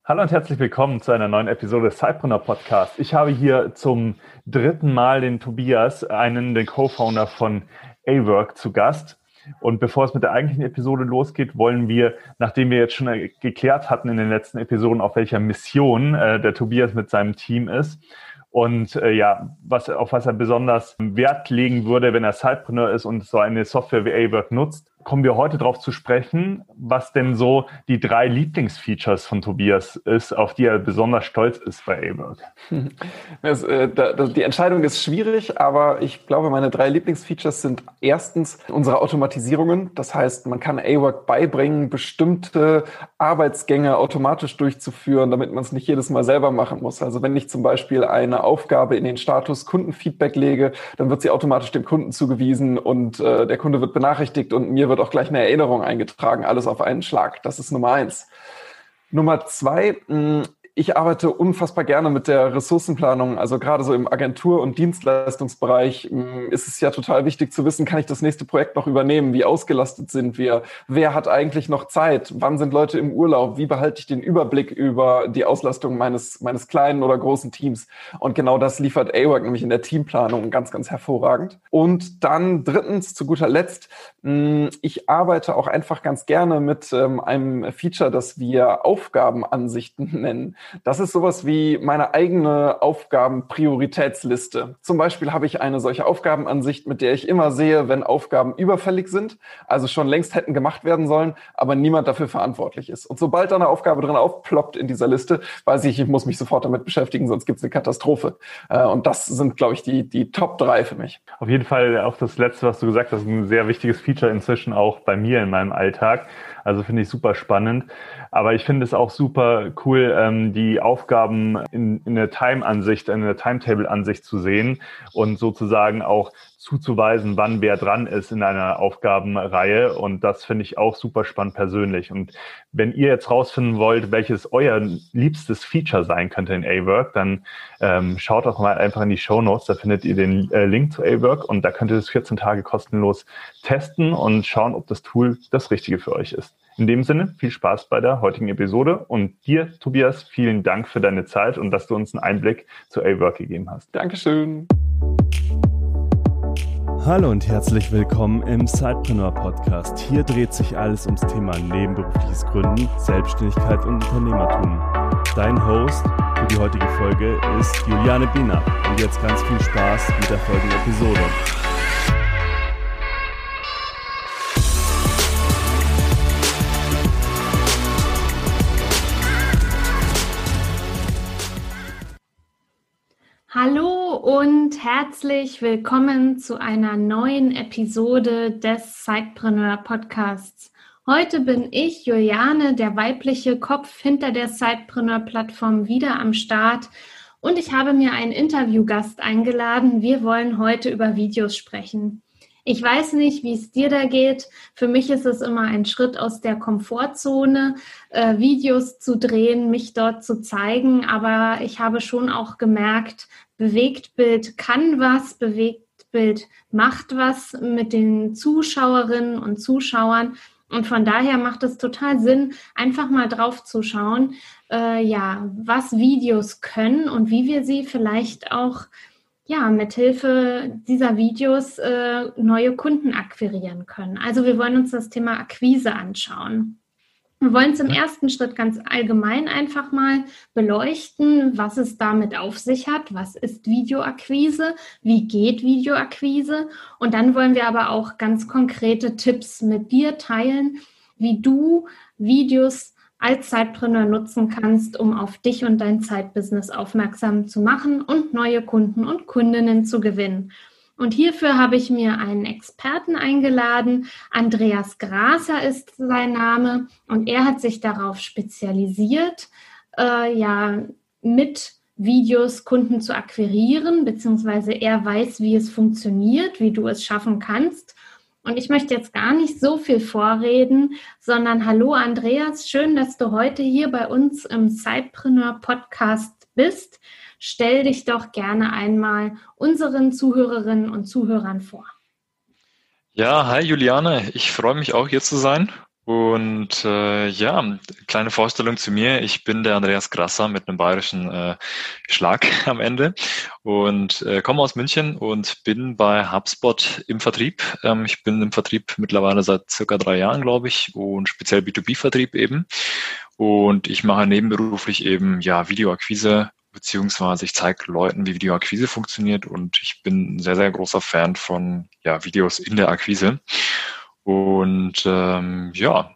Hallo und herzlich willkommen zu einer neuen Episode des Sidepreneur Podcast. Ich habe hier zum dritten Mal den Tobias, den Co-Founder von A-Work, zu Gast. Und bevor es mit der eigentlichen Episode losgeht, wollen wir, nachdem wir jetzt schon geklärt hatten in den letzten Episoden, auf welcher Mission der Tobias mit seinem Team ist und auf was er besonders Wert legen würde, wenn er Sidepreneur ist und so eine Software wie A-Work nutzt, kommen wir heute darauf zu sprechen, was denn so die 3 Lieblingsfeatures von Tobias ist, auf die er besonders stolz ist bei A-Work. Die Entscheidung ist schwierig, aber ich glaube, meine 3 Lieblingsfeatures sind erstens unsere Automatisierungen. Das heißt, man kann A-Work beibringen, bestimmte Arbeitsgänge automatisch durchzuführen, damit man es nicht jedes Mal selber machen muss. Also wenn ich zum Beispiel eine Aufgabe in den Status Kundenfeedback lege, dann wird sie automatisch dem Kunden zugewiesen und der Kunde wird benachrichtigt und mir wird auch gleich eine Erinnerung eingetragen, alles auf einen Schlag. Das ist Nummer 1. Nummer 2, ich arbeite unfassbar gerne mit der Ressourcenplanung. Also gerade so im Agentur- und Dienstleistungsbereich ist es ja total wichtig zu wissen, kann ich das nächste Projekt noch übernehmen? Wie ausgelastet sind wir? Wer hat eigentlich noch Zeit? Wann sind Leute im Urlaub? Wie behalte ich den Überblick über die Auslastung meines kleinen oder großen Teams? Und genau das liefert A-Work nämlich in der Teamplanung ganz, ganz hervorragend. Und dann drittens, zu guter Letzt, ich arbeite auch einfach ganz gerne mit einem Feature, das wir Aufgabenansichten nennen. Das ist sowas wie meine eigene Aufgabenprioritätsliste. Zum Beispiel habe ich eine solche Aufgabenansicht, mit der ich immer sehe, wenn Aufgaben überfällig sind, also schon längst hätten gemacht werden sollen, aber niemand dafür verantwortlich ist. Und sobald da eine Aufgabe drin aufploppt in dieser Liste, weiß ich muss mich sofort damit beschäftigen, sonst gibt es eine Katastrophe. Und das sind, glaube ich, die Top 3 für mich. Auf jeden Fall auch das Letzte, was du gesagt hast, ein sehr wichtiges Feature inzwischen auch bei mir in meinem Alltag. Also finde ich super spannend. Aber ich finde es auch super cool, die Aufgaben in der Time-Ansicht, in der Timetable-Ansicht zu sehen und sozusagen auch zuzuweisen, wann wer dran ist in einer Aufgabenreihe. Und das finde ich auch super spannend persönlich. Und wenn ihr jetzt rausfinden wollt, welches euer liebstes Feature sein könnte in A-Work, dann schaut doch mal einfach in die Shownotes. Da findet ihr den Link zu A-Work und da könnt ihr das 14 Tage kostenlos testen und schauen, ob das Tool das Richtige für euch ist. In dem Sinne, viel Spaß bei der heutigen Episode und dir, Tobias, vielen Dank für deine Zeit und dass du uns einen Einblick zu A-Work gegeben hast. Dankeschön. Hallo und herzlich willkommen im Sidepreneur Podcast. Hier dreht sich alles ums Thema nebenberufliches Gründen, Selbstständigkeit und Unternehmertum. Dein Host für die heutige Folge ist Juliane Biener. Und jetzt ganz viel Spaß mit der folgenden Episode. Hallo und herzlich willkommen zu einer neuen Episode des Sidepreneur Podcasts. Heute bin ich, Juliane, der weibliche Kopf hinter der Sidepreneur-Plattform, wieder am Start und ich habe mir einen Interviewgast eingeladen. Wir wollen heute über Videos sprechen. Ich weiß nicht, wie es dir da geht. Für mich ist es immer ein Schritt aus der Komfortzone, Videos zu drehen, mich dort zu zeigen. Aber ich habe schon auch gemerkt, Bewegtbild kann was, Bewegtbild macht was mit den Zuschauerinnen und Zuschauern. Und von daher macht es total Sinn, einfach mal drauf zu schauen, was Videos können und wie wir sie vielleicht auch mithilfe dieser Videos neue Kunden akquirieren können. Also wir wollen uns das Thema Akquise anschauen. Wir wollen es im ersten Schritt ganz allgemein einfach mal beleuchten, was es damit auf sich hat. Was ist Videoakquise? Wie geht Videoakquise? Und dann wollen wir aber auch ganz konkrete Tipps mit dir teilen, wie du Videos als Sidepreneur nutzen kannst, um auf dich und dein Zeitbusiness aufmerksam zu machen und neue Kunden und Kundinnen zu gewinnen. Und hierfür habe ich mir einen Experten eingeladen. Andreas Grasser ist sein Name und er hat sich darauf spezialisiert, mit Videos Kunden zu akquirieren, beziehungsweise er weiß, wie es funktioniert, wie du es schaffen kannst. Und ich möchte jetzt gar nicht so viel vorreden, sondern hallo Andreas, schön, dass du heute hier bei uns im Sidepreneur Podcast bist. Stell dich doch gerne einmal unseren Zuhörerinnen und Zuhörern vor. Ja, hi Juliane, ich freue mich auch hier zu sein Und ja, kleine Vorstellung zu mir. Ich bin der Andreas Grasser mit einem bayerischen Schlag am Ende und komme aus München und bin bei HubSpot im Vertrieb. Ich bin im Vertrieb mittlerweile seit circa 3 Jahren, glaube ich, und speziell B2B-Vertrieb eben. Und ich mache nebenberuflich eben ja Videoakquise, beziehungsweise ich zeige Leuten, wie Videoakquise funktioniert, und ich bin ein sehr, sehr großer Fan von ja, Videos in der Akquise. Und ja.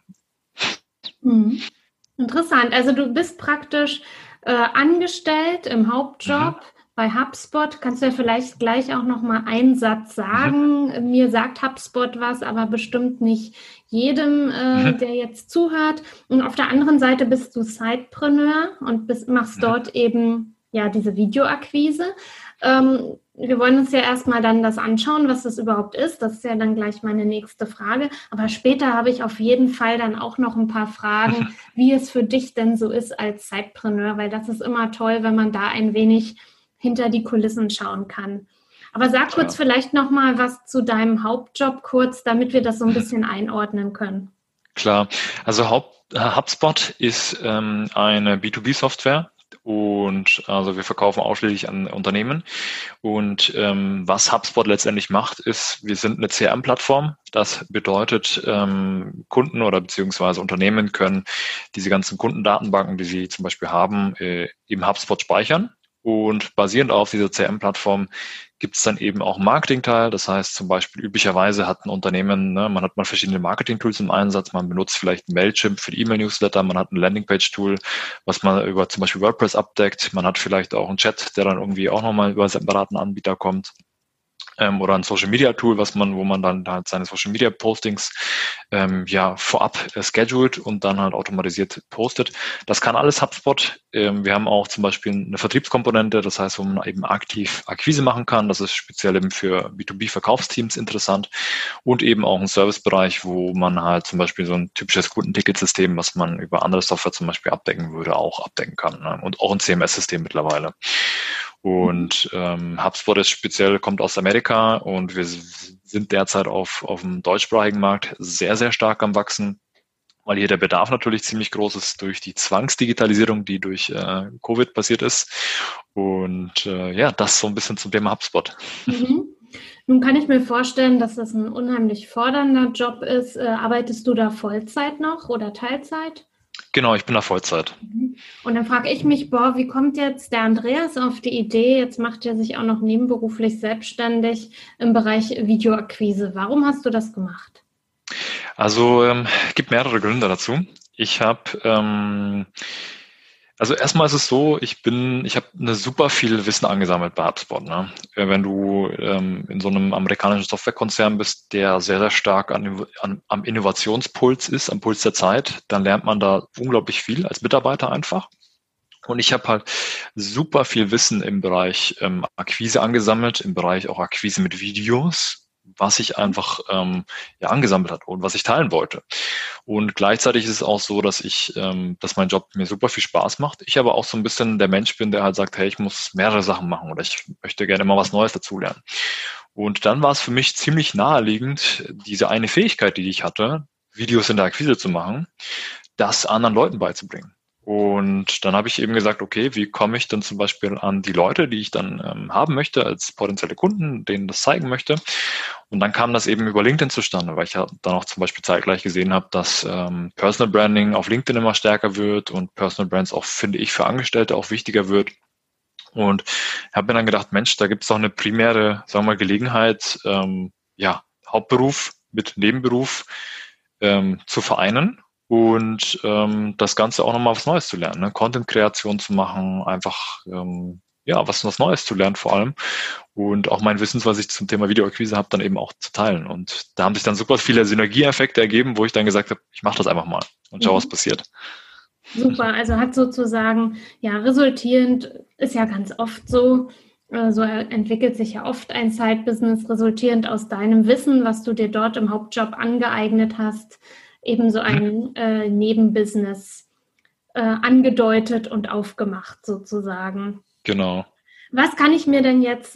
Interessant. Also du bist praktisch angestellt im Hauptjob bei HubSpot. Kannst du ja vielleicht gleich auch noch mal einen Satz sagen? Mir sagt HubSpot was, aber bestimmt nicht jedem, der jetzt zuhört. Und auf der anderen Seite bist du Sidepreneur und machst dort eben ja diese Videoakquise. Wir wollen uns ja erstmal dann das anschauen, was das überhaupt ist. Das ist ja dann gleich meine nächste Frage. Aber später habe ich auf jeden Fall dann auch noch ein paar Fragen, wie es für dich denn so ist als Sidepreneur, weil das ist immer toll, wenn man da ein wenig hinter die Kulissen schauen kann. Aber sag kurz vielleicht nochmal was zu deinem Hauptjob kurz, damit wir das so ein bisschen einordnen können. Klar, also HubSpot ist eine B2B-Software. Und also wir verkaufen ausschließlich an Unternehmen. Und was HubSpot letztendlich macht, ist, wir sind eine CRM-Plattform. Das bedeutet, Kunden oder beziehungsweise Unternehmen können diese ganzen Kundendatenbanken, die sie zum Beispiel haben, im HubSpot speichern. Und basierend auf dieser CRM-Plattform gibt es dann eben auch einen Marketing-Teil. Das heißt zum Beispiel üblicherweise hat ein Unternehmen, man hat mal verschiedene Marketing-Tools im Einsatz. Man benutzt vielleicht ein Mailchimp für die E-Mail-Newsletter. Man hat ein Landingpage-Tool, was man über zum Beispiel WordPress abdeckt. Man hat vielleicht auch einen Chat, der dann irgendwie auch nochmal über einen separaten Anbieter kommt. Oder ein Social-Media-Tool, wo man dann halt seine Social-Media-Postings ja vorab scheduled und dann halt automatisiert postet. Das kann alles HubSpot. Wir haben auch zum Beispiel eine Vertriebskomponente, das heißt, wo man eben aktiv Akquise machen kann. Das ist speziell eben für B2B-Verkaufsteams interessant, und eben auch ein Servicebereich, wo man halt zum Beispiel so ein typisches Kundenticketsystem, was man über andere Software zum Beispiel abdecken würde, auch abdecken kann, ne? Und auch ein CMS-System mittlerweile. Und HubSpot ist speziell, kommt aus Amerika, und wir sind derzeit auf dem deutschsprachigen Markt sehr, sehr stark am Wachsen, weil hier der Bedarf natürlich ziemlich groß ist durch die Zwangsdigitalisierung, die durch Covid passiert ist. Und ja, das so ein bisschen zum Thema HubSpot. Nun kann ich mir vorstellen, dass das ein unheimlich fordernder Job ist. Arbeitest du da Vollzeit noch oder Teilzeit? Genau, ich bin da Vollzeit. Und dann frage ich mich, wie kommt jetzt der Andreas auf die Idee, jetzt macht er sich auch noch nebenberuflich selbstständig im Bereich Videoakquise. Warum hast du das gemacht? Also gibt mehrere Gründe dazu. Ich habe also erstmal ist es so, ich habe eine super viel Wissen angesammelt bei HubSpot. Ne? Wenn du in so einem amerikanischen Softwarekonzern bist, der sehr, sehr stark am Innovationspuls ist, am Puls der Zeit, dann lernt man da unglaublich viel als Mitarbeiter einfach. Und ich habe halt super viel Wissen im Bereich Akquise angesammelt, im Bereich auch Akquise mit Videos, was ich einfach angesammelt habe und was ich teilen wollte. Und gleichzeitig ist es auch so, dass dass mein Job mir super viel Spaß macht. Ich aber auch so ein bisschen der Mensch bin, der halt sagt, hey, ich muss mehrere Sachen machen oder ich möchte gerne immer was Neues dazulernen. Und dann war es für mich ziemlich naheliegend, diese eine Fähigkeit, die ich hatte, Videos in der Akquise zu machen, das anderen Leuten beizubringen. Und dann habe ich eben gesagt, okay, wie komme ich denn zum Beispiel an die Leute, die ich dann haben möchte als potenzielle Kunden, denen das zeigen möchte. Und dann kam das eben über LinkedIn zustande, weil ich ja dann auch zum Beispiel zeitgleich gesehen habe, dass Personal Branding auf LinkedIn immer stärker wird und Personal Brands auch, finde ich, für Angestellte auch wichtiger wird. Und habe mir dann gedacht, Mensch, da gibt es doch eine primäre, sagen wir mal, Gelegenheit, Hauptberuf mit Nebenberuf zu vereinen. Und das Ganze auch nochmal was Neues zu lernen, ne? Content-Kreation zu machen, einfach was Neues zu lernen vor allem. Und auch mein Wissen, was ich zum Thema Videoakquise habe, dann eben auch zu teilen. Und da haben sich dann super viele Synergieeffekte ergeben, wo ich dann gesagt habe, ich mache das einfach mal und schau, was passiert. Super, also hat sozusagen, resultierend, ist ja ganz oft so, so entwickelt sich ja oft ein Side-Business, resultierend aus deinem Wissen, was du dir dort im Hauptjob angeeignet hast, ebenso ein Nebenbusiness angedeutet und aufgemacht sozusagen. Genau. Was kann ich mir denn jetzt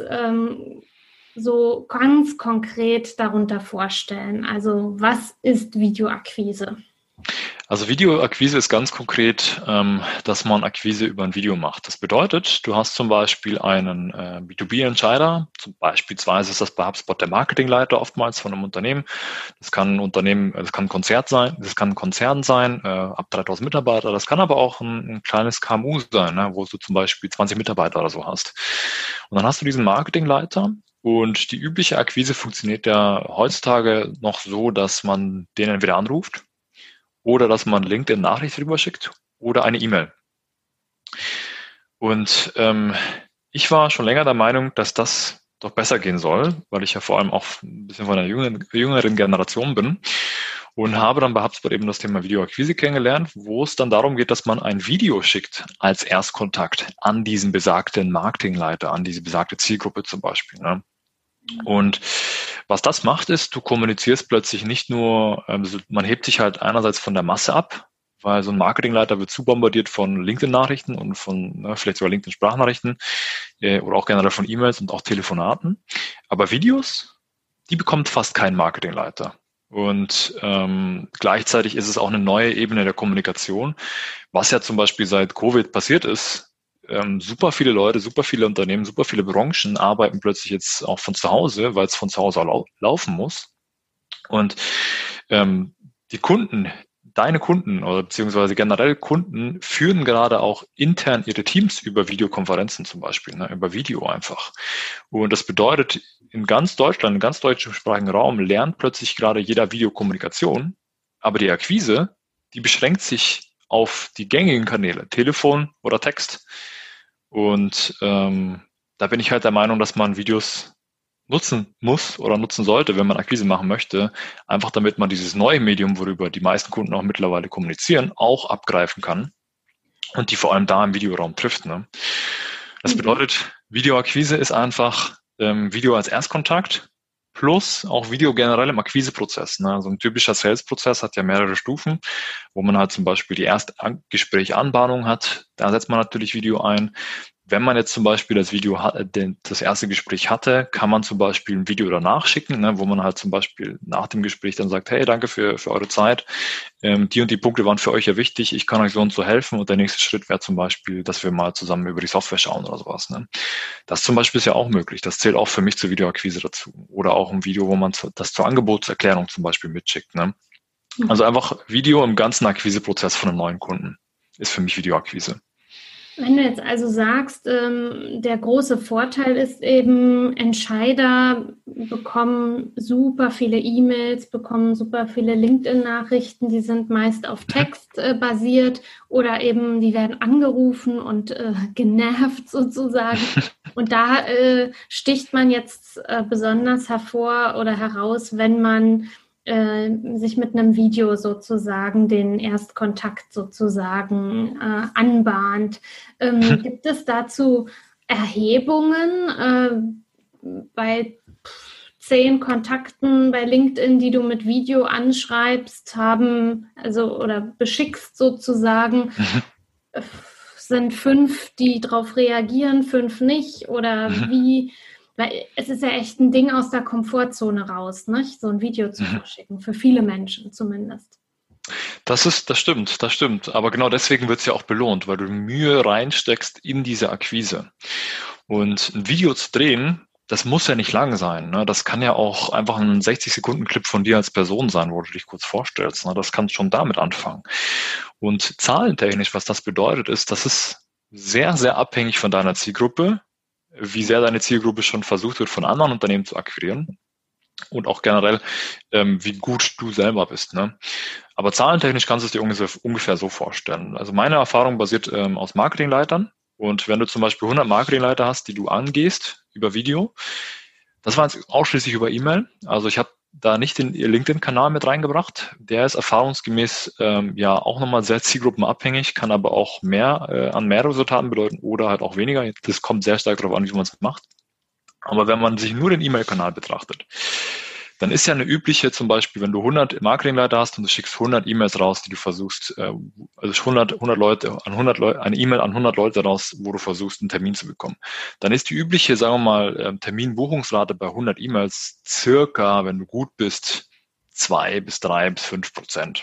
so ganz konkret darunter vorstellen? Also was ist Videoakquise? Also Videoakquise ist ganz konkret, dass man Akquise über ein Video macht. Das bedeutet, du hast zum Beispiel einen B2B-Entscheider, beispielsweise ist das bei HubSpot der Marketingleiter oftmals von einem Unternehmen. Das kann ein Unternehmen, das kann ein Konzert sein, das kann ein Konzern sein, ab 3000 Mitarbeiter. Das kann aber auch ein kleines KMU sein, ne, wo du zum Beispiel 20 Mitarbeiter oder so hast. Und dann hast du diesen Marketingleiter. Und die übliche Akquise funktioniert ja heutzutage noch so, dass man den entweder anruft, oder dass man LinkedIn-Nachricht rüberschickt oder eine E-Mail. Und ich war schon länger der Meinung, dass das doch besser gehen soll, weil ich ja vor allem auch ein bisschen von der jüngeren Generation bin und habe dann bei HubSpot eben das Thema Videoakquise kennengelernt, wo es dann darum geht, dass man ein Video schickt als Erstkontakt an diesen besagten Marketingleiter, an diese besagte Zielgruppe zum Beispiel, ne? Und was das macht, ist, du kommunizierst plötzlich nicht nur, man hebt sich halt einerseits von der Masse ab, weil so ein Marketingleiter wird zu bombardiert von LinkedIn-Nachrichten und von vielleicht sogar LinkedIn-Sprachnachrichten oder auch generell von E-Mails und auch Telefonaten. Aber Videos, die bekommt fast kein Marketingleiter. Und gleichzeitig ist es auch eine neue Ebene der Kommunikation, was ja zum Beispiel seit Covid passiert ist. Super viele Leute, super viele Unternehmen, super viele Branchen arbeiten plötzlich jetzt auch von zu Hause, weil es von zu Hause auch laufen muss. Und die Kunden, deine Kunden oder beziehungsweise generell Kunden führen gerade auch intern ihre Teams über Videokonferenzen zum Beispiel, ne, über Video einfach. Und das bedeutet, in ganz Deutschland, im ganz deutschsprachigen Raum lernt plötzlich gerade jeder Videokommunikation, aber die Akquise, die beschränkt sich auf die gängigen Kanäle, Telefon oder Text. Und da bin ich halt der Meinung, dass man Videos nutzen muss oder nutzen sollte, wenn man Akquise machen möchte, einfach damit man dieses neue Medium, worüber die meisten Kunden auch mittlerweile kommunizieren, auch abgreifen kann und die vor allem da im Videoraum trifft. Ne? Das bedeutet, Videoakquise ist einfach Video als Erstkontakt plus auch Video generell im Akquiseprozess. Ne? Also ein typischer Sales-Prozess hat ja mehrere Stufen, wo man halt zum Beispiel die Erstgespräch-Anbahnung hat. Da setzt man natürlich Video ein. Wenn man jetzt zum Beispiel das erste Gespräch hatte, kann man zum Beispiel ein Video danach schicken, ne, wo man halt zum Beispiel nach dem Gespräch dann sagt, hey, danke für eure Zeit. Die und die Punkte waren für euch ja wichtig. Ich kann euch so und so helfen. Und der nächste Schritt wäre zum Beispiel, dass wir mal zusammen über die Software schauen oder sowas. Ne. Das zum Beispiel ist ja auch möglich. Das zählt auch für mich zur Videoakquise dazu. Oder auch ein Video, wo man das zur Angebotserklärung zum Beispiel mitschickt. Ne. Also einfach Video im ganzen Akquiseprozess von einem neuen Kunden ist für mich Videoakquise. Wenn du jetzt also sagst, der große Vorteil ist eben, Entscheider bekommen super viele E-Mails, bekommen super viele LinkedIn-Nachrichten, die sind meist auf Text basiert oder eben die werden angerufen und genervt sozusagen. Und da sticht man jetzt besonders hervor oder heraus, wenn man sich mit einem Video sozusagen den Erstkontakt sozusagen anbahnt. Gibt es dazu Erhebungen bei 10 Kontakten bei LinkedIn, die du mit Video anschreibst, oder beschickst sozusagen, sind 5, die darauf reagieren, 5 nicht? Oder wie? Weil es ist ja echt ein Ding aus der Komfortzone raus, nicht? So ein Video zu verschicken, für viele Menschen zumindest. Das stimmt. Aber genau deswegen wird es ja auch belohnt, weil du Mühe reinsteckst in diese Akquise. Und ein Video zu drehen, das muss ja nicht lang sein. Ne? Das kann ja auch einfach ein 60-Sekunden-Clip von dir als Person sein, wo du dich kurz vorstellst. Ne? Das kannst schon damit anfangen. Und zahlentechnisch, was das bedeutet, ist, das ist sehr, sehr abhängig von deiner Zielgruppe, wie sehr deine Zielgruppe schon versucht wird, von anderen Unternehmen zu akquirieren und auch generell, wie gut du selber bist. Ne? Aber zahlentechnisch kannst du es dir ungefähr so vorstellen. Also meine Erfahrung basiert aus Marketingleitern und wenn du zum Beispiel 100 Marketingleiter hast, die du angehst über Video, das war jetzt ausschließlich über E-Mail. Also ich habe da nicht den LinkedIn-Kanal mit reingebracht. Der ist erfahrungsgemäß ja auch nochmal sehr zielgruppenabhängig, kann aber auch mehr an mehr Resultaten bedeuten oder halt auch weniger. Das kommt sehr stark darauf an, wie man es macht. Aber wenn man sich nur den E-Mail-Kanal betrachtet, dann ist ja eine übliche, zum Beispiel, wenn du 100 Marketingleiter hast und du schickst 100 E-Mails raus, die du versuchst, also 100 Leute, eine E-Mail an 100 Leute raus, wo du versuchst, einen Termin zu bekommen. Dann ist die übliche, sagen wir mal, Terminbuchungsrate bei 100 E-Mails circa, wenn du gut bist, 2 bis 3 bis 5%.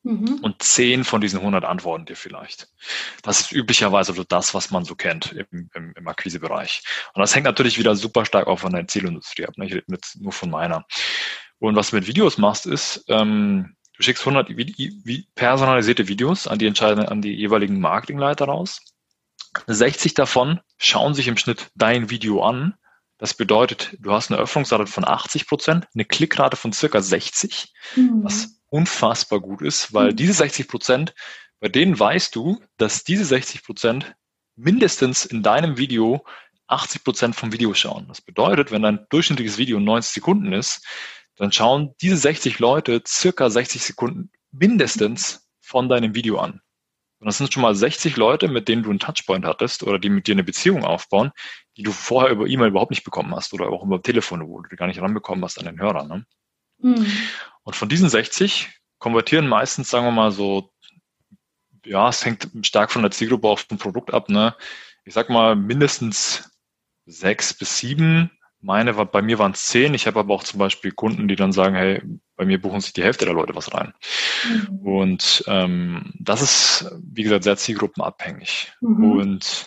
Und 10 von diesen 100 antworten dir vielleicht. Das ist üblicherweise so das, was man so kennt im Akquisebereich. Und das hängt natürlich wieder super stark auch von der Zielindustrie ab. Ne? Ich rede jetzt nur von meiner. Und was du mit Videos machst, ist, du schickst 100 personalisierte Videos an die jeweiligen Marketingleiter raus. 60 davon schauen sich im Schnitt dein Video an. Das bedeutet, du hast eine Öffnungsrate von 80%, eine Klickrate von circa 60, was unfassbar gut ist, weil diese 60%, bei denen weißt du, dass diese 60% mindestens in deinem Video 80% vom Video schauen. Das bedeutet, wenn dein durchschnittliches Video 90 Sekunden ist, dann schauen diese 60 Leute circa 60 Sekunden mindestens von deinem Video an. Und das sind schon mal 60 Leute, mit denen du einen Touchpoint hattest oder die mit dir eine Beziehung aufbauen, die du vorher über E-Mail überhaupt nicht bekommen hast oder auch über Telefon, wo du gar nicht ranbekommen hast an den Hörer. Ne? Und von diesen 60 konvertieren meistens, sagen wir mal so, ja, es hängt stark von der Zielgruppe auf dem Produkt ab. Ne? Ich sag mal mindestens 6 bis 7. Bei mir waren es 10. Ich habe aber auch zum Beispiel Kunden, die dann sagen, hey, bei mir buchen sich die Hälfte der Leute was rein. Und das ist, wie gesagt, sehr zielgruppenabhängig. Und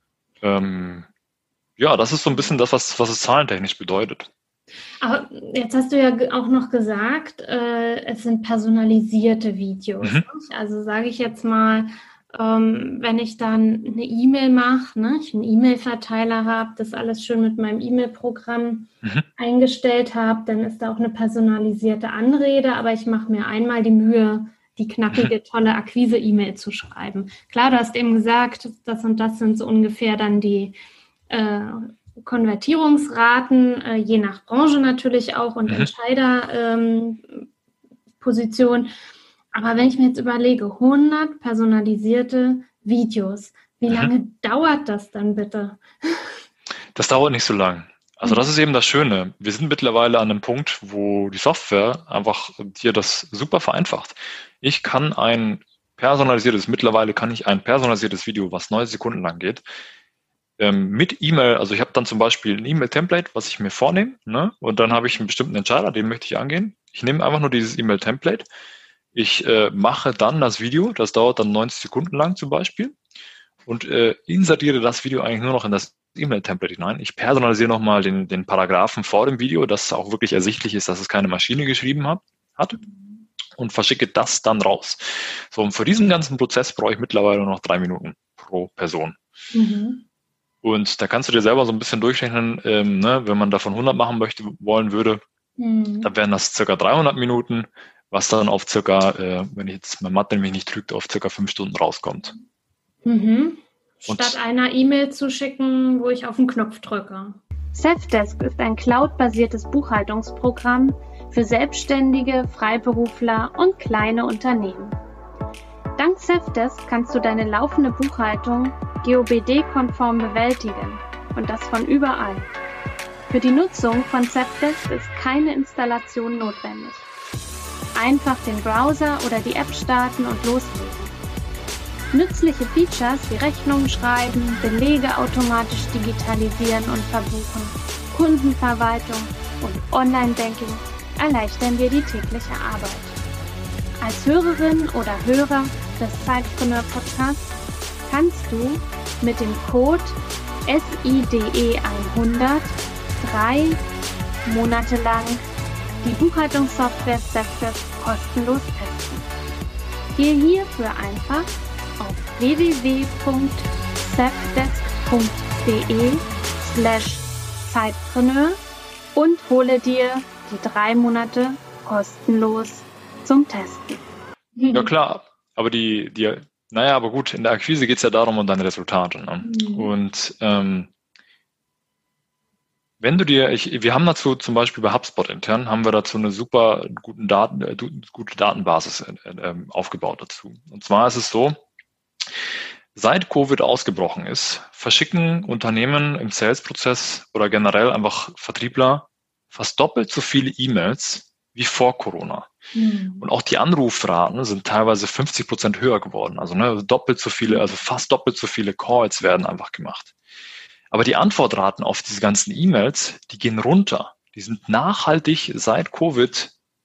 ja, das ist so ein bisschen das, was es zahlentechnisch bedeutet. Aber jetzt hast du ja auch noch gesagt, es sind personalisierte Videos. Also sage ich jetzt mal, wenn ich dann eine E-Mail mache, ne, ich einen E-Mail-Verteiler habe, das alles schön mit meinem E-Mail-Programm eingestellt habe, dann ist da auch eine personalisierte Anrede, aber ich mache mir einmal die Mühe, die knackige, tolle Akquise-E-Mail zu schreiben. Klar, du hast eben gesagt, das und das sind so ungefähr dann die Konvertierungsraten, je nach Branche natürlich auch und Entscheiderposition. Aber wenn ich mir jetzt überlege, 100 personalisierte Videos, wie lange dauert das dann bitte? Das dauert nicht so lang. Also das ist eben das Schöne. Wir sind mittlerweile an einem Punkt, wo die Software einfach dir das super vereinfacht. Mittlerweile kann ich ein personalisiertes Video, was 90 Sekunden lang geht, mit E-Mail, also ich habe dann zum Beispiel ein E-Mail-Template, was ich mir vornehme, ne? Und dann habe ich einen bestimmten Entscheider, den möchte ich angehen. Ich nehme einfach nur dieses E-Mail-Template. Ich mache dann das Video, das dauert dann 90 Sekunden lang zum Beispiel und inseriere das Video eigentlich nur noch in das E-Mail-Template hinein. Ich personalisiere nochmal den Paragraphen vor dem Video, dass auch wirklich ersichtlich ist, dass es keine Maschine geschrieben hat und verschicke das dann raus. So, und für diesen ganzen Prozess brauche ich mittlerweile noch 3 Minuten pro Person. Und da kannst du dir selber so ein bisschen durchrechnen, ne, wenn man davon 100 machen wollen würde, dann wären das circa 300 Minuten, was dann auf circa, wenn ich jetzt mein Mathe mich nicht trügt, auf circa 5 Stunden rauskommt. Statt einer E-Mail zu schicken, wo ich auf den Knopf drücke. Safdesk ist ein cloud-basiertes Buchhaltungsprogramm für Selbstständige, Freiberufler und kleine Unternehmen. Dank Safdesk kannst du deine laufende Buchhaltung GOBD-konform bewältigen und das von überall. Für die Nutzung von Safdesk ist keine Installation notwendig. Einfach den Browser oder die App starten und loslegen. Nützliche Features wie Rechnungen schreiben, Belege automatisch digitalisieren und verbuchen, Kundenverwaltung und Online-Banking erleichtern dir die tägliche Arbeit. Als Hörerin oder Hörer des Sidepreneur Podcasts kannst du mit dem Code SIDE100 3 Monate lang die Buchhaltungssoftware Safdesk kostenlos testen. Gehe hierfür einfach auf www.safdesk.de/Sidepreneur und hole dir die 3 Monate kostenlos zum Testen. Ja klar, aber aber gut, in der Akquise geht es ja darum, um deine Resultate. Ne? Und wenn du wir haben dazu zum Beispiel bei HubSpot intern, haben wir dazu eine super gute Datenbasis aufgebaut dazu. Und zwar ist es so, seit Covid ausgebrochen ist, verschicken Unternehmen im Sales-Prozess oder generell einfach Vertriebler fast doppelt so viele E-Mails wie vor Corona. Und auch die Anrufraten sind teilweise 50% höher geworden. Also fast doppelt so viele Calls werden einfach gemacht. Aber die Antwortraten auf diese ganzen E-Mails, die gehen runter. Die sind nachhaltig seit Covid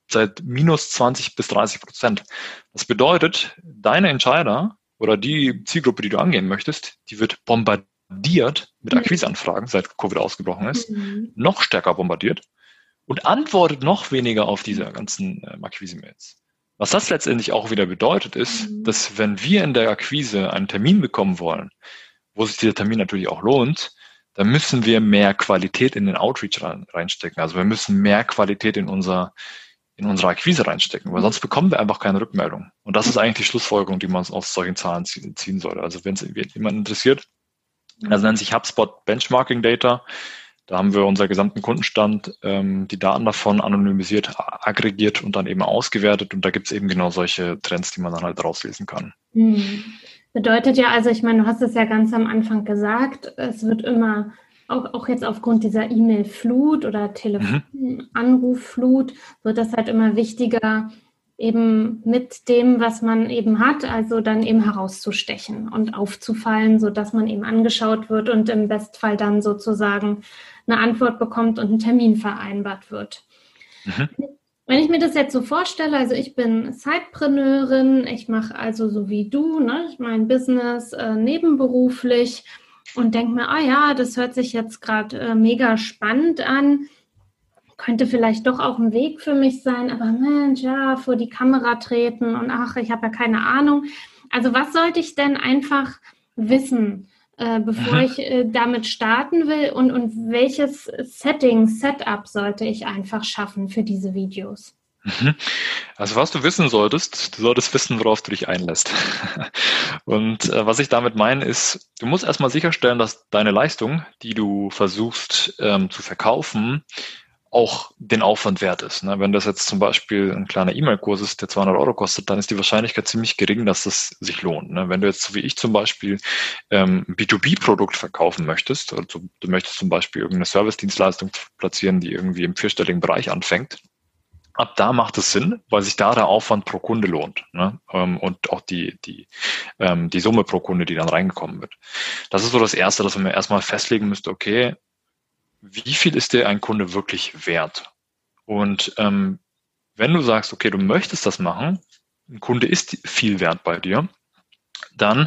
seit minus 20-30%. Das bedeutet, deine Entscheider oder die Zielgruppe, die du angehen möchtest, die wird bombardiert mit Akquiseanfragen, seit Covid ausgebrochen ist, noch stärker bombardiert und antwortet noch weniger auf diese ganzen Akquise-Mails. Was das letztendlich auch wieder bedeutet, ist, dass wenn wir in der Akquise einen Termin bekommen wollen, wo sich dieser Termin natürlich auch lohnt, dann müssen wir mehr Qualität in den Outreach reinstecken. Also wir müssen mehr Qualität in unsere Akquise reinstecken, weil sonst bekommen wir einfach keine Rückmeldung. Und das ist eigentlich die Schlussfolgerung, die man aus solchen Zahlen ziehen sollte. Also wenn es jemand interessiert, das nennt sich HubSpot Benchmarking Data. Da haben wir unseren gesamten Kundenstand, die Daten davon anonymisiert, aggregiert und dann eben ausgewertet. Und da gibt es eben genau solche Trends, die man dann halt rauslesen kann. Bedeutet ja, also ich meine, du hast es ja ganz am Anfang gesagt, es wird immer, auch jetzt aufgrund dieser E-Mail-Flut oder Telefonanrufflut, wird das halt immer wichtiger, eben mit dem, was man eben hat, also dann eben herauszustechen und aufzufallen, sodass man eben angeschaut wird und im Bestfall dann sozusagen eine Antwort bekommt und ein Termin vereinbart wird. Wenn ich mir das jetzt so vorstelle, also ich bin Sidepreneurin, ich mache also so wie du, mein Business nebenberuflich und denke mir, ja, das hört sich jetzt gerade mega spannend an, könnte vielleicht doch auch ein Weg für mich sein, aber Mensch, ja, vor die Kamera treten und ich habe ja keine Ahnung. Also was sollte ich denn einfach wissen, bevor ich damit starten will und welches Setup sollte ich einfach schaffen für diese Videos? Also was du wissen solltest, du solltest wissen, worauf du dich einlässt. Und was ich damit meine ist, du musst erstmal sicherstellen, dass deine Leistung, die du versuchst zu verkaufen, auch den Aufwand wert ist. Ne? Wenn das jetzt zum Beispiel ein kleiner E-Mail-Kurs ist, der 200 € kostet, dann ist die Wahrscheinlichkeit ziemlich gering, dass das sich lohnt. Ne? Wenn du jetzt, so wie ich zum Beispiel, ein B2B-Produkt verkaufen möchtest, oder du möchtest zum Beispiel irgendeine Service-Dienstleistung platzieren, die irgendwie im 4-stelligen Bereich anfängt, ab da macht es Sinn, weil sich da der Aufwand pro Kunde lohnt, ne? Und auch die Summe pro Kunde, die dann reingekommen wird. Das ist so das Erste, dass man erstmal festlegen müsste, okay, wie viel ist dir ein Kunde wirklich wert? Und wenn du sagst, okay, du möchtest das machen, ein Kunde ist viel wert bei dir, dann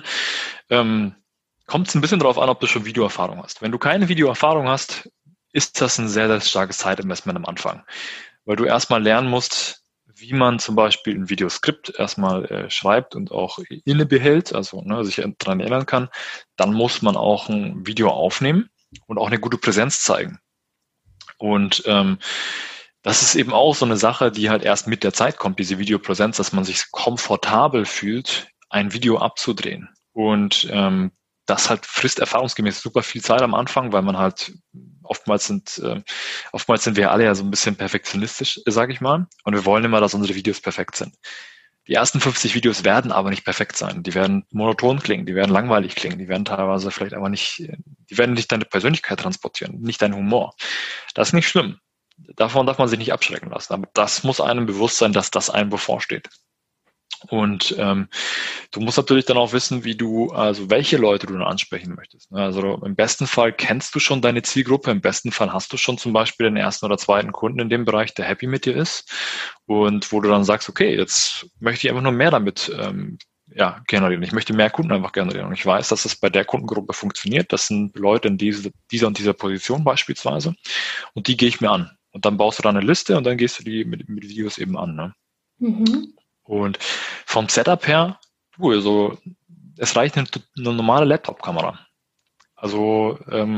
kommt es ein bisschen darauf an, ob du schon Videoerfahrung hast. Wenn du keine Videoerfahrung hast, ist das ein sehr, sehr starkes Zeitinvestment am Anfang, weil du erstmal lernen musst, wie man zum Beispiel ein Videoskript erstmal schreibt und auch inne behält, also sich daran erinnern kann. Dann muss man auch ein Video aufnehmen und auch eine gute Präsenz zeigen. Und das ist eben auch so eine Sache, die halt erst mit der Zeit kommt, diese Videopräsenz, dass man sich komfortabel fühlt, ein Video abzudrehen. Und das halt frisst erfahrungsgemäß super viel Zeit am Anfang, weil man halt oftmals sind wir alle ja so ein bisschen perfektionistisch, sage ich mal. Und wir wollen immer, dass unsere Videos perfekt sind. Die ersten 50 Videos werden aber nicht perfekt sein. Die werden monoton klingen, die werden langweilig klingen, die werden teilweise vielleicht aber nicht, die werden nicht deine Persönlichkeit transportieren, nicht deinen Humor. Das ist nicht schlimm. Davon darf man sich nicht abschrecken lassen. Aber das muss einem bewusst sein, dass das einem bevorsteht. Und du musst natürlich dann auch wissen, welche Leute du dann ansprechen möchtest. Also im besten Fall kennst du schon deine Zielgruppe, im besten Fall hast du schon zum Beispiel den ersten oder zweiten Kunden in dem Bereich, der happy mit dir ist und wo du dann sagst, okay, jetzt möchte ich einfach nur mehr damit generieren. Ich möchte mehr Kunden einfach generieren. Und ich weiß, dass es bei der Kundengruppe funktioniert. Das sind Leute in dieser und dieser Position beispielsweise und die gehe ich mir an. Und dann baust du da eine Liste und dann gehst du die mit Videos eben an. Ne? Und vom Setup her, es reicht eine normale Laptop-Kamera. Also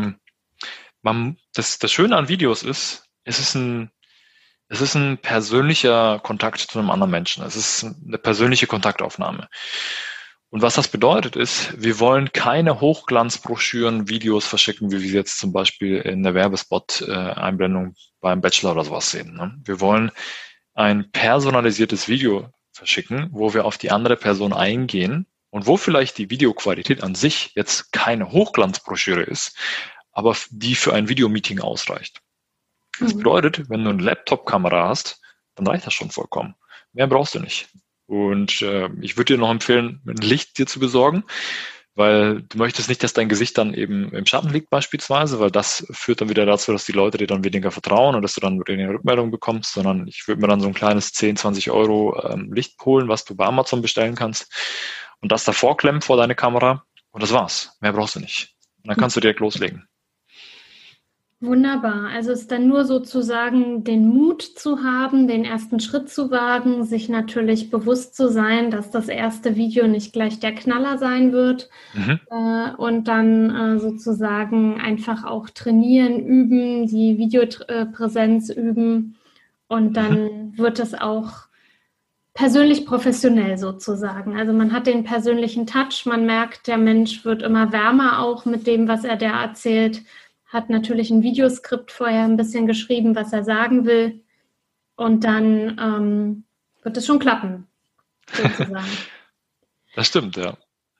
das Schöne an Videos ist, es ist ein persönlicher Kontakt zu einem anderen Menschen. Es ist eine persönliche Kontaktaufnahme. Und was das bedeutet ist, wir wollen keine Hochglanzbroschüren, Videos verschicken, wie wir sie jetzt zum Beispiel in der Werbespot-Einblendung beim Bachelor oder sowas sehen. Ne? Wir wollen ein personalisiertes Video verschicken, wo wir auf die andere Person eingehen und wo vielleicht die Videoqualität an sich jetzt keine Hochglanzbroschüre ist, aber die für ein Videomeeting ausreicht. Das bedeutet, wenn du eine Laptop-Kamera hast, dann reicht das schon vollkommen. Mehr brauchst du nicht. Und ich würde dir noch empfehlen, ein Licht dir zu besorgen. weil du möchtest nicht, dass dein Gesicht dann eben im Schatten liegt beispielsweise, weil das führt dann wieder dazu, dass die Leute dir dann weniger vertrauen und dass du dann weniger Rückmeldung bekommst, sondern ich würde mir dann so ein kleines 10, 20 Euro Licht holen, was du bei Amazon bestellen kannst und das davor klemmen vor deine Kamera und das war's. Mehr brauchst du nicht. Und dann kannst du direkt loslegen. Wunderbar. Also ist dann nur sozusagen den Mut zu haben, den ersten Schritt zu wagen, sich natürlich bewusst zu sein, dass das erste Video nicht gleich der Knaller sein wird und dann sozusagen einfach auch trainieren, üben, die Videopräsenz üben und dann wird es auch persönlich professionell sozusagen. Also man hat den persönlichen Touch, man merkt, der Mensch wird immer wärmer auch mit dem, was er da erzählt, hat natürlich ein Videoskript vorher ein bisschen geschrieben, was er sagen will. Und dann wird es schon klappen, sozusagen. Das stimmt, ja.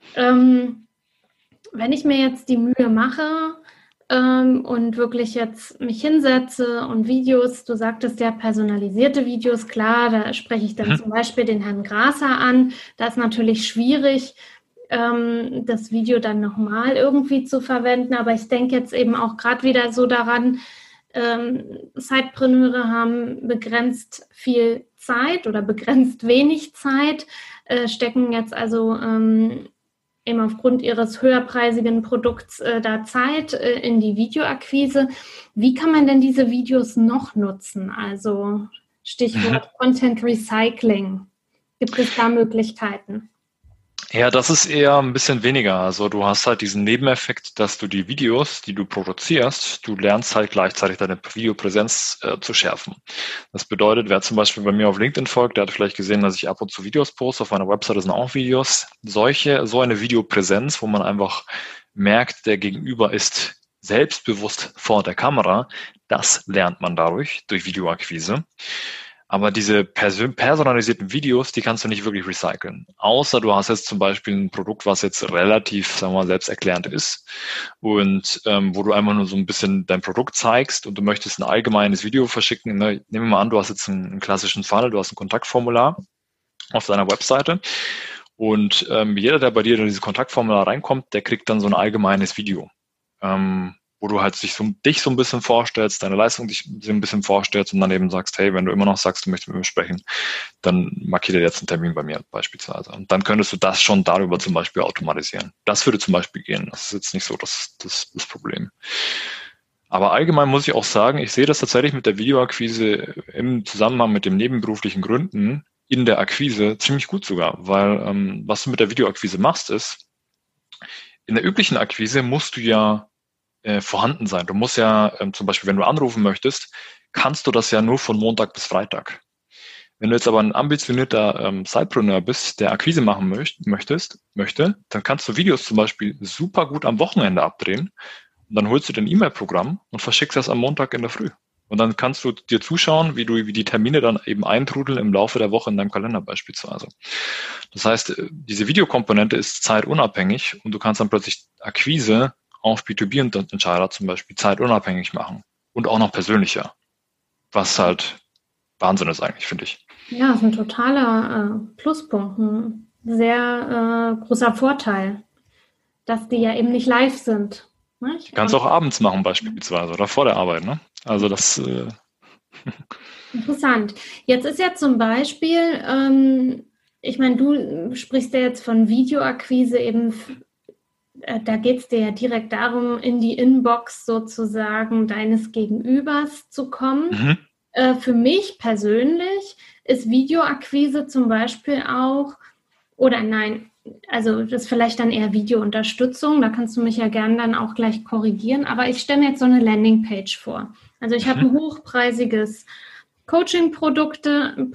Wenn ich mir jetzt die Mühe mache und wirklich jetzt mich hinsetze und Videos, du sagtest ja personalisierte Videos, klar, da spreche ich dann zum Beispiel den Herrn Grasser an. Das ist natürlich schwierig, das Video dann nochmal irgendwie zu verwenden. Aber ich denke jetzt eben auch gerade wieder so daran, Sidepreneure haben begrenzt viel Zeit oder begrenzt wenig Zeit, stecken jetzt also eben aufgrund ihres höherpreisigen Produkts da Zeit in die Videoakquise. Wie kann man denn diese Videos noch nutzen? Also Stichwort Content Recycling. Gibt es da Möglichkeiten? Ja, das ist eher ein bisschen weniger. Also du hast halt diesen Nebeneffekt, dass du die Videos, die du produzierst, du lernst halt gleichzeitig deine Videopräsenz zu schärfen. Das bedeutet, wer zum Beispiel bei mir auf LinkedIn folgt, der hat vielleicht gesehen, dass ich ab und zu Videos poste. Auf meiner Website sind auch Videos. So eine Videopräsenz, wo man einfach merkt, der Gegenüber ist selbstbewusst vor der Kamera, das lernt man durch Videoakquise. Aber diese personalisierten Videos, die kannst du nicht wirklich recyceln. Außer du hast jetzt zum Beispiel ein Produkt, was jetzt relativ, sagen wir mal, selbsterklärend ist und wo du einfach nur so ein bisschen dein Produkt zeigst und du möchtest ein allgemeines Video verschicken. Ne? Nehmen wir mal an, du hast jetzt einen klassischen Funnel, du hast ein Kontaktformular auf deiner Webseite und jeder, der bei dir in dieses Kontaktformular reinkommt, der kriegt dann so ein allgemeines Video. Wo du halt dich so ein bisschen vorstellst, deine Leistung dich so ein bisschen vorstellst und dann eben sagst, hey, wenn du immer noch sagst, du möchtest mit mir sprechen, dann markiere dir jetzt einen Termin bei mir beispielsweise. Und dann könntest du das schon darüber zum Beispiel automatisieren. Das würde zum Beispiel gehen. Das ist jetzt nicht so das Problem. Aber allgemein muss ich auch sagen, ich sehe das tatsächlich mit der Videoakquise im Zusammenhang mit den nebenberuflichen Gründen in der Akquise ziemlich gut sogar, weil was du mit der Videoakquise machst, ist, in der üblichen Akquise musst du ja vorhanden sein. Du musst ja zum Beispiel, wenn du anrufen möchtest, kannst du das ja nur von Montag bis Freitag. Wenn du jetzt aber ein ambitionierter Sidepreneur bist, der Akquise machen möchte, dann kannst du Videos zum Beispiel super gut am Wochenende abdrehen und dann holst du dein E-Mail-Programm und verschickst das am Montag in der Früh. Und dann kannst du dir zuschauen, wie die Termine dann eben eintrudeln im Laufe der Woche in deinem Kalender beispielsweise. Das heißt, diese Videokomponente ist zeitunabhängig und du kannst dann plötzlich Akquise auf B2B-Entscheider zum Beispiel zeitunabhängig machen und auch noch persönlicher, was halt Wahnsinn ist eigentlich, finde ich. Ja, das ist ein totaler Pluspunkt, ein sehr großer Vorteil, dass die ja eben nicht live sind. Ne? Kannst auch abends machen beispielsweise oder vor der Arbeit. Ne? Also das Interessant. Jetzt ist ja zum Beispiel, ich meine, du sprichst ja jetzt von Videoakquise eben. Da geht es dir ja direkt darum, in die Inbox sozusagen deines Gegenübers zu kommen. Für mich persönlich ist Videoakquise zum Beispiel auch, oder nein, also das ist vielleicht dann eher Videounterstützung, da kannst du mich ja gern dann auch gleich korrigieren, aber ich stelle mir jetzt so eine Landingpage vor. Also ich habe ein hochpreisiges Coaching-Produkt,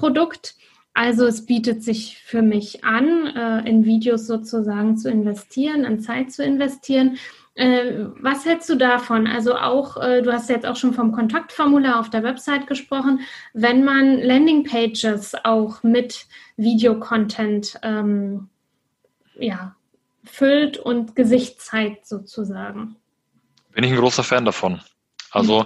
also es bietet sich für mich an, in Videos sozusagen zu investieren, in Zeit zu investieren. Was hältst du davon? Also auch, du hast jetzt auch schon vom Kontaktformular auf der Website gesprochen, wenn man Landingpages auch mit Videocontent füllt und Gesicht zeigt sozusagen. Bin ich ein großer Fan davon. Also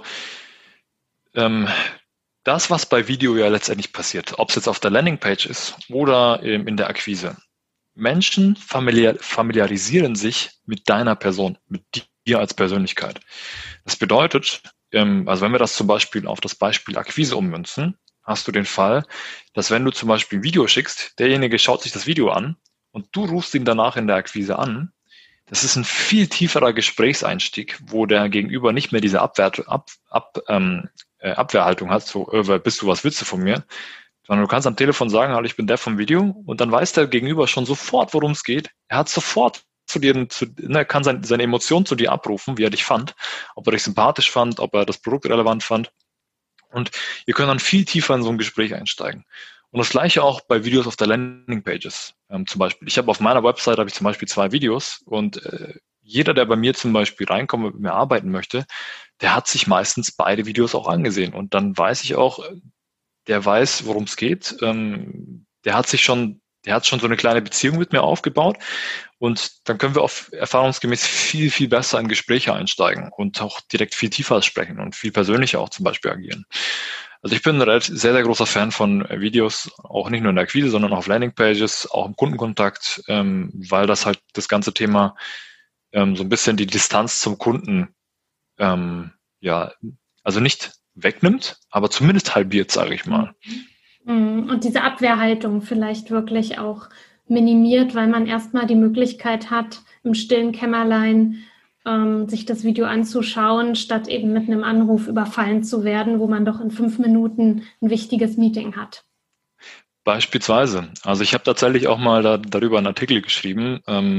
das, was bei Video ja letztendlich passiert, ob es jetzt auf der Landingpage ist oder in der Akquise, Menschen familiarisieren sich mit deiner Person, mit dir als Persönlichkeit. Das bedeutet, also wenn wir das zum Beispiel auf das Beispiel Akquise ummünzen, hast du den Fall, dass wenn du zum Beispiel ein Video schickst, derjenige schaut sich das Video an und du rufst ihn danach in der Akquise an. Das ist ein viel tieferer Gesprächseinstieg, wo der Gegenüber nicht mehr diese Abwehrhaltung hat, so, bist du, was willst du von mir? Sondern du kannst am Telefon sagen, hallo, ich bin der vom Video, und dann weiß der Gegenüber schon sofort, worum es geht. Er hat sofort kann seine Emotionen zu dir abrufen, wie er dich fand, ob er dich sympathisch fand, ob er das Produkt relevant fand. Und ihr könnt dann viel tiefer in so ein Gespräch einsteigen. Und das Gleiche auch bei Videos auf der Landingpages. Zum Beispiel, ich habe auf meiner Website zum Beispiel 2 Videos, und jeder, der bei mir zum Beispiel reinkommt und mit mir arbeiten möchte, der hat sich meistens beide Videos auch angesehen. Und dann weiß ich auch, der weiß, worum es geht. Der hat schon so eine kleine Beziehung mit mir aufgebaut, und dann können wir erfahrungsgemäß viel, viel besser in Gespräche einsteigen und auch direkt viel tiefer sprechen und viel persönlicher auch zum Beispiel agieren. Also ich bin ein sehr, sehr großer Fan von Videos, auch nicht nur in der Akquise, sondern auch auf Landingpages, auch im Kundenkontakt, weil das halt das ganze Thema so ein bisschen die Distanz zum Kunden also nicht wegnimmt, aber zumindest halbiert, sage ich mal. Und diese Abwehrhaltung vielleicht wirklich auch minimiert, weil man erstmal die Möglichkeit hat, im stillen Kämmerlein sich das Video anzuschauen, statt eben mit einem Anruf überfallen zu werden, wo man doch in 5 Minuten ein wichtiges Meeting hat. Beispielsweise. Also ich habe tatsächlich auch mal darüber einen Artikel geschrieben,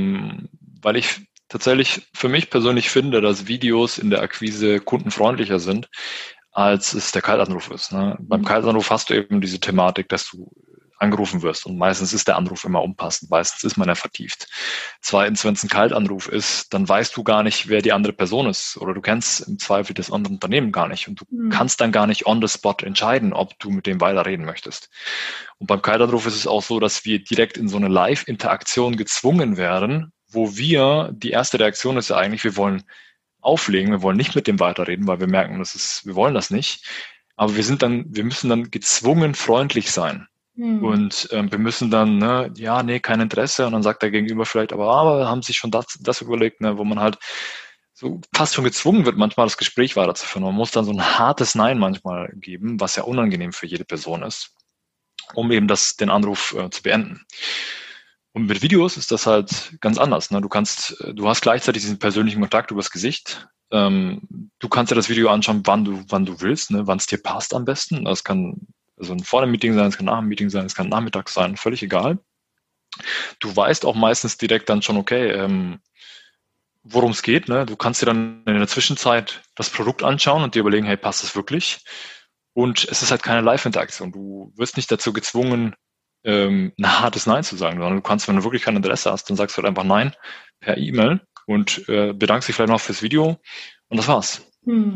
weil ich tatsächlich für mich persönlich finde, dass Videos in der Akquise kundenfreundlicher sind, als es der Kaltanruf ist. Ne? Beim Kaltanruf hast du eben diese Thematik, dass du angerufen wirst, und meistens ist der Anruf immer unpassend, meistens ist man ja vertieft. Zweitens, wenn es ein Kaltanruf ist, dann weißt du gar nicht, wer die andere Person ist, oder du kennst im Zweifel das andere Unternehmen gar nicht, und du kannst dann gar nicht on the spot entscheiden, ob du mit dem weiterreden möchtest. Und beim Kaltanruf ist es auch so, dass wir direkt in so eine Live-Interaktion gezwungen werden, wo die erste Reaktion ist ja eigentlich, wir wollen auflegen, wir wollen nicht mit dem weiterreden, weil wir merken, wir wollen das nicht. Aber wir müssen dann gezwungen freundlich sein. Und wir müssen dann, kein Interesse. Und dann sagt der Gegenüber vielleicht, aber haben sich schon das überlegt, wo man halt so fast schon gezwungen wird, manchmal das Gespräch weiterzuführen. Man muss dann so ein hartes Nein manchmal geben, was ja unangenehm für jede Person ist, um eben den Anruf zu beenden. Und mit Videos ist das halt ganz anders. Ne? Du hast gleichzeitig diesen persönlichen Kontakt übers Gesicht. Du kannst dir das Video anschauen, wann du willst, ne? Wann es dir passt am besten. Das kann vor dem Meeting sein, es kann nach dem Meeting sein, es kann nachmittags sein, völlig egal. Du weißt auch meistens direkt dann schon, okay, worum es geht. Ne? Du kannst dir dann in der Zwischenzeit das Produkt anschauen und dir überlegen, hey, passt das wirklich? Und es ist halt keine Live-Interaktion. Du wirst nicht dazu gezwungen, ein hartes Nein zu sagen, sondern du kannst, wenn du wirklich kein Interesse hast, dann sagst du halt einfach Nein per E-Mail und bedankst dich vielleicht noch fürs Video, und das war's.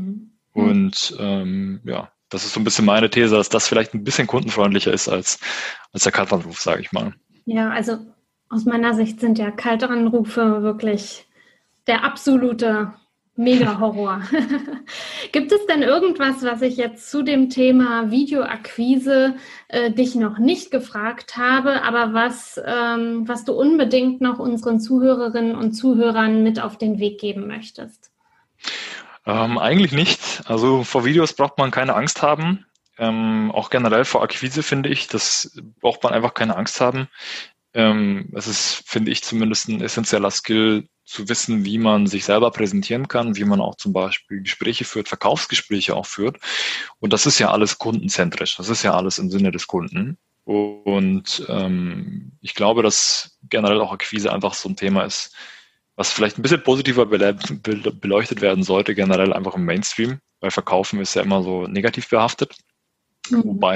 Und das ist so ein bisschen meine These, dass das vielleicht ein bisschen kundenfreundlicher ist als der Kaltanruf, sage ich mal. Ja, also aus meiner Sicht sind ja Kaltanrufe wirklich der absolute Mega-Horror. Gibt es denn irgendwas, was ich jetzt zu dem Thema Videoakquise dich noch nicht gefragt habe, aber was du unbedingt noch unseren Zuhörerinnen und Zuhörern mit auf den Weg geben möchtest? Eigentlich nicht. Also vor Videos braucht man keine Angst haben. Auch generell vor Akquise finde ich, das braucht man einfach keine Angst haben. Es ist, finde ich, zumindest ein essentieller Skill, zu wissen, wie man sich selber präsentieren kann, wie man auch zum Beispiel Gespräche führt, Verkaufsgespräche auch führt. Und das ist ja alles kundenzentrisch. Das ist ja alles im Sinne des Kunden. Und ich glaube, dass generell auch Akquise einfach so ein Thema ist, was vielleicht ein bisschen positiver beleuchtet werden sollte, generell einfach im Mainstream, weil Verkaufen ist ja immer so negativ behaftet. Wobei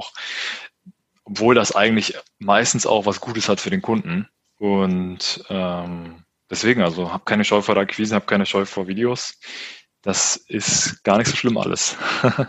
obwohl das eigentlich meistens auch was Gutes hat für den Kunden. Und deswegen, also hab keine Scheu vor der Akquise, hab keine Scheu vor Videos. Das ist gar nicht so schlimm alles.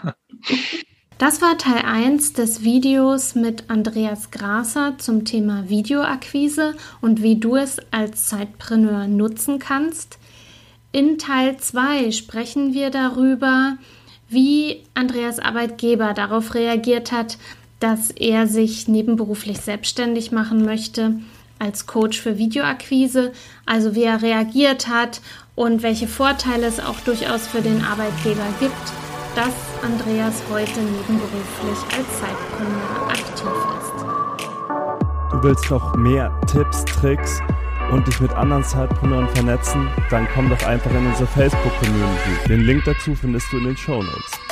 Das war Teil 1 des Videos mit Andreas Grasser zum Thema Videoakquise und wie du es als Zeitpreneur nutzen kannst. In Teil 2 sprechen wir darüber, wie Andreas Arbeitgeber darauf reagiert hat, dass er sich nebenberuflich selbstständig machen möchte, als Coach für Videoakquise, also wie er reagiert hat und welche Vorteile es auch durchaus für den Arbeitgeber gibt, dass Andreas heute nebenberuflich als Zeitpreneur aktiv ist. Du willst noch mehr Tipps, Tricks und dich mit anderen Zeitpreneuren vernetzen? Dann komm doch einfach in unsere Facebook-Community. Den Link dazu findest du in den Shownotes.